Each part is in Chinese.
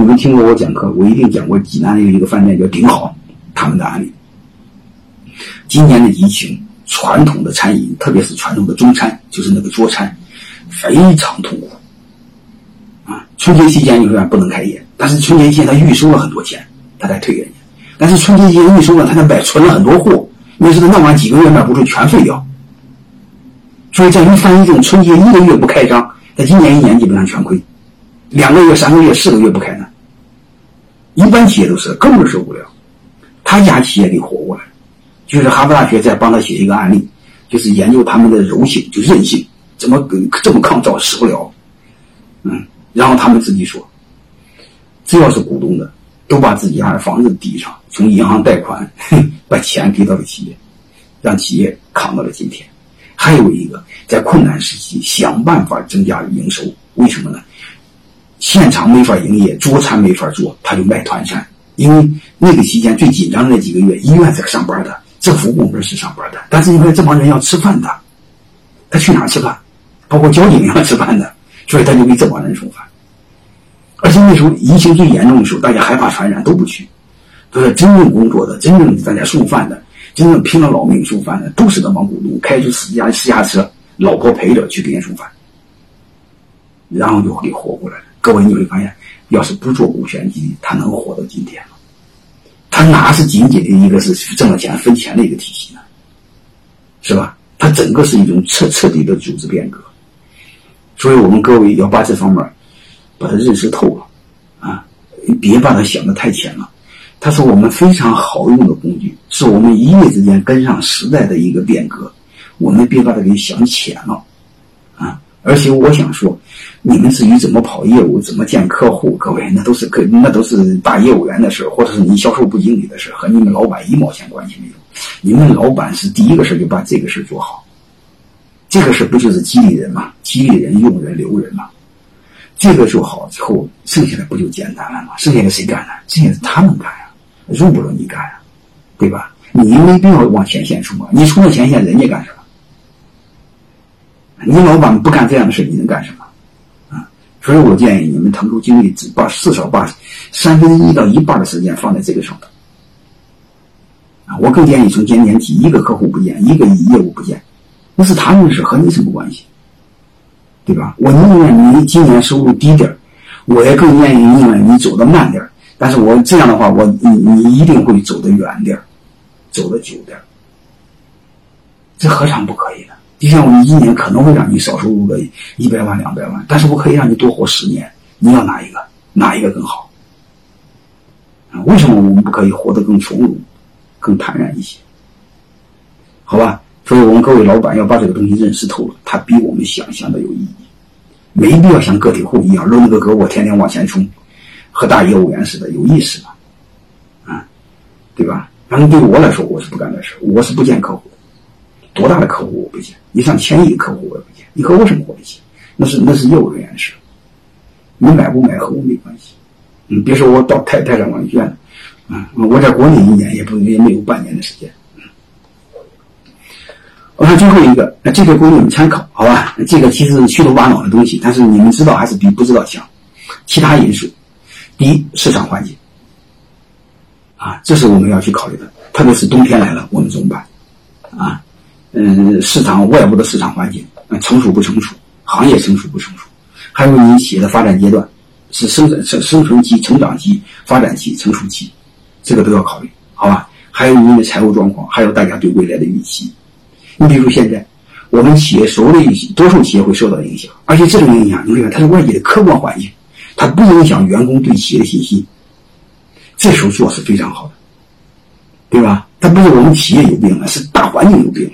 们听过我讲课，我一定讲过济南有一个饭店叫顶好，他们的案例。今年的疫情，传统的餐饮，特别是传统的中餐，就是那个桌餐，非常痛苦啊！春节期间你说不能开业，但是春节期间他预收了很多钱，他才退给人家。但是春节期间预收了，他在存了很多货，那是他弄完几个月卖不出，全废掉。所以这一翻一正，春节1个月不开张，他今年1年基本上全亏，2个月、3个月、4个月不开呢。一般企业都是根本受不了，他家企业给活过来。就是哈佛大学在帮他写一个案例，就是研究他们的柔性，就韧性，怎么这么抗造死不了。然后他们自己说，只要是股东的，都把自己家的房子抵上，从银行贷款把钱给到了企业，让企业扛到了今天。还有一个在困难时期想办法增加营收，为什么呢？现场没法营业，桌餐没法做，他就卖团餐。因为那个期间最紧张的那几个月，医院是上班的，政府部门是上班的，但是因为这帮人要吃饭的，他去哪儿吃饭？包括交警要吃饭的，所以他就给这帮人送饭。而且那时候疫情最严重的时候，大家害怕传染都不去，都是真正工作的，真正大家送饭的，真正拼了老命送饭的，都是那帮股东开着私家车，老婆陪着去给人送饭，然后就给活过来了。各位你会发现，要是不做股权激励，他能活到今天吗？他哪是仅仅的一个是挣了钱分钱的一个体系呢？是吧？它整个是一种彻底的组织变革。所以我们各位要把这方面把它认识透了啊，别把它想得太浅了。它是我们非常好用的工具，是我们一夜之间跟上时代的一个变革，我们别把它给想浅了啊！而且我想说，你们至于怎么跑业务，怎么见客户，各位那都是大业务员的事，或者是你销售部经理的事，和你们老板1毛钱关系没有。你们老板是第一个事就把这个事做好，这个事不就是激励人吗？激励人、用人、留人吗？这个做好之后，剩下的不就简单了吗？剩下的谁干呢？剩下的他们干呀，用不着你干呀，对吧？你没必要往前线冲啊！你冲到前线，人家干什么？你老板不干这样的事，你能干什么？所以我建议你们腾出精力，至少把1/3到1半的时间放在这个上头。我更建议从今年起，1个客户不见，1个业务不见，那是他们的事，和你什么关系？对吧？我宁愿你今年收入低点，我也更愿意你走得慢点，但是我这样的话，你一定会走得远点，走得久点，这何尝不可以呢？就像我们1年可能会让你少收入个100万、200万，但是我可以让你多活10年，你要哪一个？哪一个更好？为什么我们不可以活得更从容、更坦然一些？好吧，所以我们各位老板要把这个东西认识透了，它比我们想象的有意义。没必要像个体户一样抡着个胳膊天天往前冲，和大业务员似的，有意思吗？对吧？反正对我来说，我是不干这事，我是不见客户的。多大的客户我不见，你上1000亿客户我也不见，你和我什么关系？那是业务人员的事，你买不买和我没关系。别说我到泰山管理学院，我在国内1年也没有半年的时间。我看最后一个，这个供你们参考，好吧？这个其实是虚头巴脑的东西，但是你们知道还是比不知道强。其他因素，第一，市场环境，这是我们要去考虑的。特别是冬天来了，我们怎么办？市场外部的市场环境，成熟不成熟，行业成熟不成熟，还有你企业的发展阶段，是生存期、成长期、发展期、成熟期，这个都要考虑，好吧？还有你的财务状况，还有大家对未来的预期。你比如现在我们企业多数企业会受到影响，而且这种影响你看它是外界的客观环境，它不影响员工对企业的信心，这时候做是非常好的，对吧？它不是我们企业有病了，是大环境有病。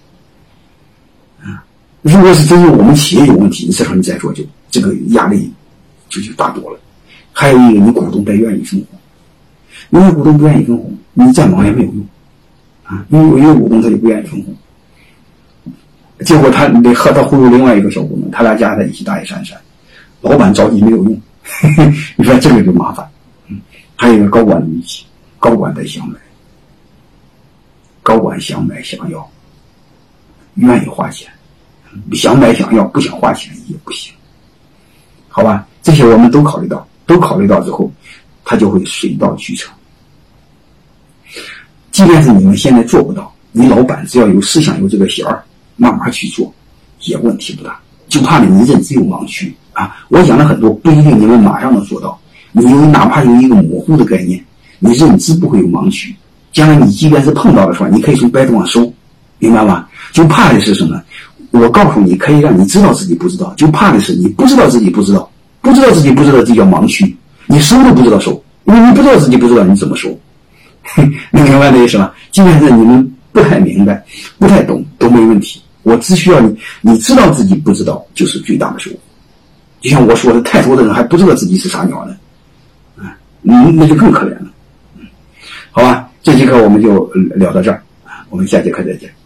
如果是真正我们企业有问题，这时候你再做，就这个压力就大多了。还有一个，你股东得愿意分红，因为股东不愿意分红，你再忙也没有用因为有一个股东他就不愿意分红，结果他得和他忽悠另外一个小股东，他俩加在一起打一闪闪，老板着急没有用你说这个就麻烦。还有一个高管的预期，高管得想买，高管想买想要，愿意花钱，想买想要不想花钱也不行，好吧？这些我们都考虑到之后， 它就会水到渠成。即便是你们现在做不到，你老板只要有思想有这个弦儿，慢慢去做也问题不大。就怕你认知有盲区啊！我讲了很多，不一定你们马上能做到。你哪怕有一个模糊的概念，你认知不会有盲区。将来你即便是碰到的时候，你可以从百度上搜，明白吗？就怕的是什么？我告诉你，可以让你知道自己不知道，就怕的是你不知道自己不知道，不知道自己不知道，这叫盲区。你搜都不知道搜，因为你不知道自己不知道，你怎么搜？你明白这意思吗？即便是你们不太明白、不太懂都没问题。我只需要你知道自己不知道，就是最大的收获。就像我说的，太多的人还不知道自己是啥鸟呢，那就更可怜了。好吧，这节课我们就聊到这儿，我们下节课再见。